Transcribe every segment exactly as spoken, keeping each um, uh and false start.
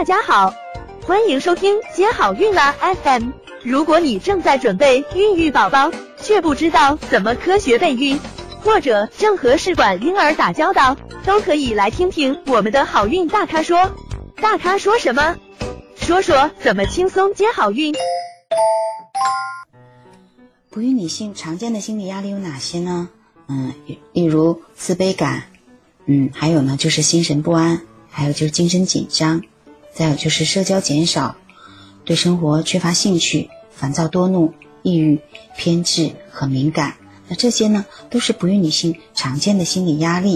大家好，欢迎收听接好运啦 F M。如果你正在准备孕育宝宝，却不知道怎么科学备孕，或者正和试管婴儿打交道，都可以来听听我们的好运大咖说。大咖说什么？说说怎么轻松接好运。 不孕女性常见的心理压力有哪些呢？嗯，例如自卑感，嗯，还有呢就是心神不安，还有就是精神紧张，再有就是社交减少，对生活缺乏兴趣，烦躁多怒，抑郁、偏执和敏感。那这些呢都是不孕女性常见的心理压力。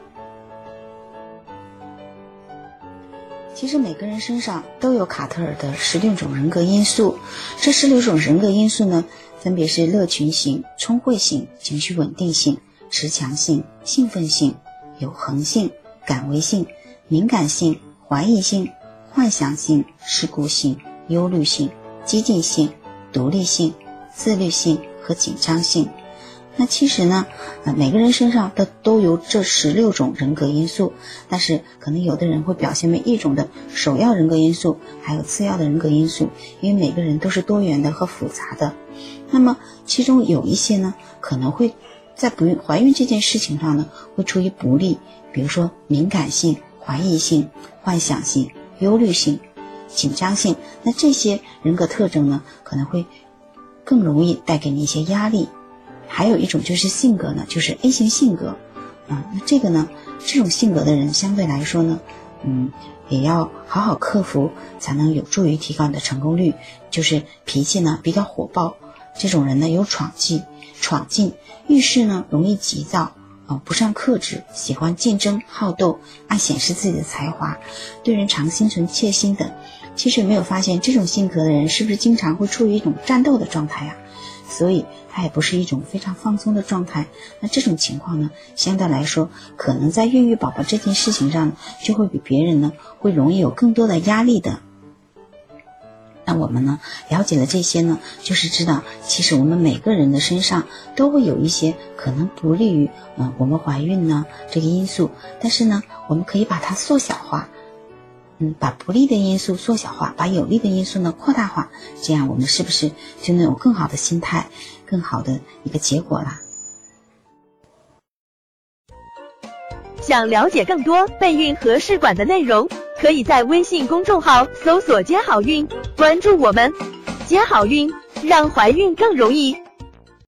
其实每个人身上都有卡特尔的十六种人格因素，这十六种人格因素呢分别是乐群性、聪慧性、情绪稳定性、持强性、兴奋性、有恒性、感为性、敏感性、怀疑性、幻想性、事故性、忧虑性、激进性、独立性、自律性和紧张性。那其实呢，呃，每个人身上的都有这十六种人格因素，但是可能有的人会表现为一种的首要人格因素，还有次要的人格因素，因为每个人都是多元的和复杂的。那么其中有一些呢，可能会在不孕怀孕这件事情上呢，会处于不利，比如说敏感性、怀疑性、幻想性、忧虑性、紧张性。那这些人格特征呢，可能会更容易带给你一些压力。还有一种就是性格呢，就是 A 型性格啊，那这个呢，这种性格的人相对来说呢，嗯，也要好好克服，才能有助于提高你的成功率。就是脾气呢比较火爆，这种人呢有闯劲，闯劲，遇事呢容易急躁啊，不善克制，喜欢竞争好斗，爱显示自己的才华，对人常心存怯心等。其实有没有发现，这种性格的人是不是经常会处于一种战斗的状态呀？所以它也不是一种非常放松的状态。那这种情况呢，相对来说可能在孕育宝宝这件事情上就会比别人呢会容易有更多的压力的。那我们呢了解了这些呢，就是知道其实我们每个人的身上都会有一些可能不利于嗯我们怀孕呢这个因素，但是呢我们可以把它缩小化，嗯，把不利的因素缩小化，把有利的因素呢扩大化，这样我们是不是就能有更好的心态，更好的一个结果啦？ 想了解更多备孕和试管的内容，可以在微信公众号搜索接好运，关注我们，接好运，让怀孕更容易。